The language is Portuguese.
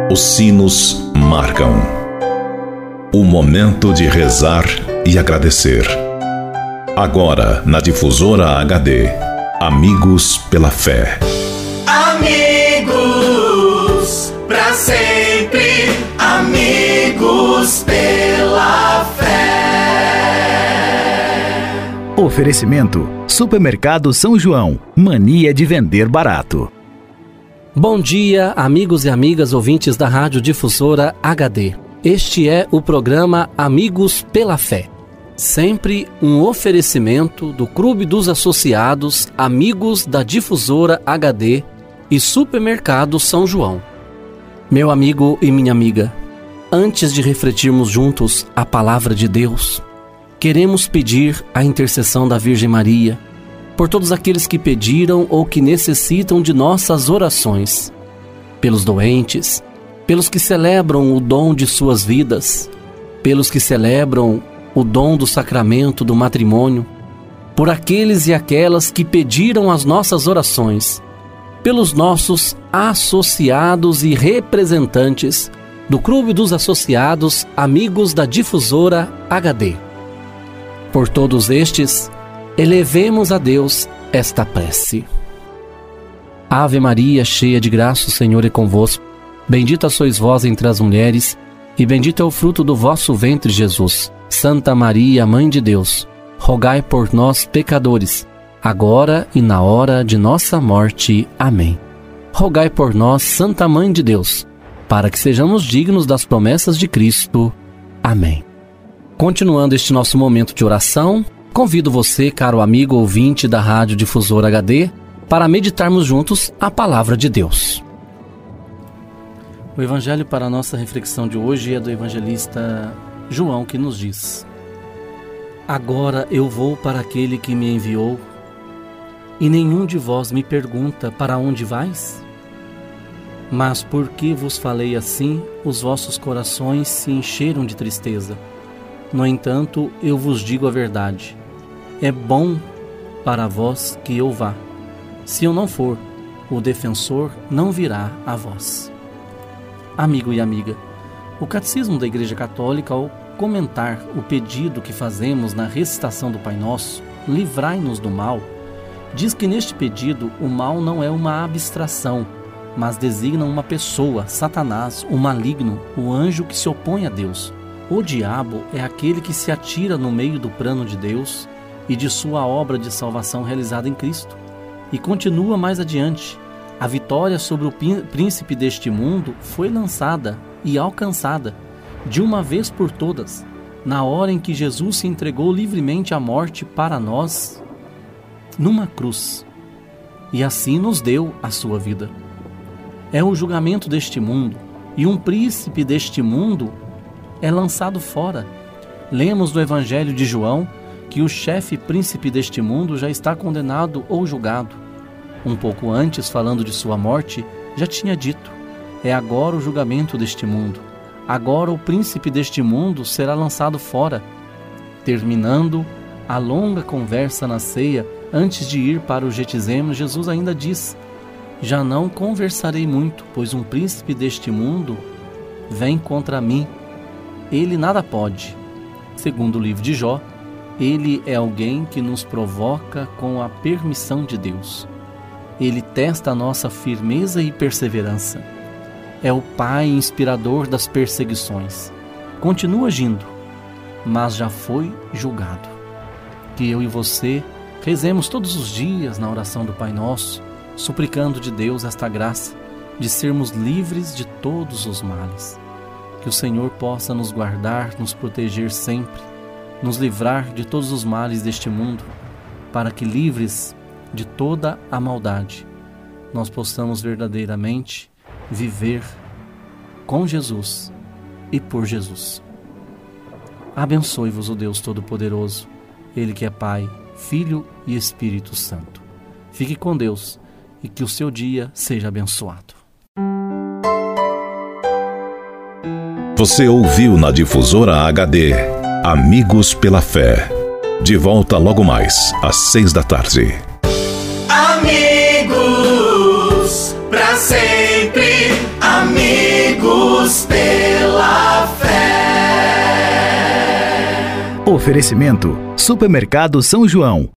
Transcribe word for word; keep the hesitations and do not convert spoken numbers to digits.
Os sinos marcam o momento de rezar e agradecer. Agora, na Difusora H D, Amigos pela Fé. Amigos, pra sempre, amigos pela fé. Oferecimento: Supermercado São João, mania de vender barato. Bom dia, amigos e amigas ouvintes da Rádio Difusora H D. Este é o programa Amigos pela Fé. Sempre um oferecimento do Clube dos Associados Amigos da Difusora H D e Supermercado São João. Meu amigo e minha amiga, antes de refletirmos juntos a palavra de Deus, queremos pedir a intercessão da Virgem Maria por todos aqueles que pediram ou que necessitam de nossas orações, pelos doentes, pelos que celebram o dom de suas vidas, pelos que celebram o dom do sacramento do matrimônio, por aqueles e aquelas que pediram as nossas orações, pelos nossos associados e representantes do Clube dos Associados Amigos da Difusora H D. Por todos estes, elevemos a Deus esta prece. Ave Maria, cheia de graça, o Senhor é convosco. Bendita sois vós entre as mulheres, e bendito é o fruto do vosso ventre, Jesus. Santa Maria, Mãe de Deus, rogai por nós, pecadores, agora e na hora de nossa morte. Amém. Rogai por nós, Santa Mãe de Deus, para que sejamos dignos das promessas de Cristo. Amém. Continuando este nosso momento de oração, convido você, caro amigo ouvinte da Rádio Difusora H D, para meditarmos juntos a palavra de Deus. O evangelho para a nossa reflexão de hoje é do evangelista João, que nos diz: Agora eu vou para aquele que me enviou, e nenhum de vós me pergunta: para onde vais? Mas porque vos falei assim, os vossos corações se encheram de tristeza. No entanto, eu vos digo a verdade: é bom para vós que eu vá. Se eu não for, o defensor não virá a vós. Amigo e amiga, o Catecismo da Igreja Católica, ao comentar o pedido que fazemos na recitação do Pai Nosso, livrai-nos do mal, diz que neste pedido o mal não é uma abstração, mas designa uma pessoa, Satanás, o maligno, o anjo que se opõe a Deus. O diabo é aquele que se atira no meio do plano de Deus e de sua obra de salvação realizada em Cristo. E continua mais adiante: a vitória sobre o príncipe deste mundo foi lançada e alcançada, de uma vez por todas, na hora em que Jesus se entregou livremente à morte para nós, numa cruz, e assim nos deu a sua vida. É o julgamento deste mundo, e um príncipe deste mundo é lançado fora. Lemos no Evangelho de João que o chefe príncipe deste mundo já está condenado ou julgado. Um pouco antes, falando de sua morte, já tinha dito: é agora o julgamento deste mundo. Agora o príncipe deste mundo será lançado fora. Terminando a longa conversa na ceia, antes de ir para o Getsêmani, Jesus ainda diz: já não conversarei muito, pois um príncipe deste mundo vem contra mim. Ele nada pode. Segundo o livro de Jó, ele é alguém que nos provoca com a permissão de Deus. Ele testa a nossa firmeza e perseverança. É o Pai inspirador das perseguições. Continua agindo, mas já foi julgado. Que eu e você rezemos todos os dias na oração do Pai Nosso, suplicando de Deus esta graça de sermos livres de todos os males. Que o Senhor possa nos guardar, nos proteger sempre, nos livrar de todos os males deste mundo, para que, livres de toda a maldade, nós possamos verdadeiramente viver com Jesus e por Jesus. Abençoe-vos o Deus Todo-Poderoso, Ele que é Pai, Filho e Espírito Santo. Fique com Deus e que o seu dia seja abençoado. Você ouviu na Difusora H D Amigos pela Fé. De volta logo mais, às seis da tarde. Amigos, pra sempre, amigos. Amigos pela fé. Oferecimento: Supermercado São João.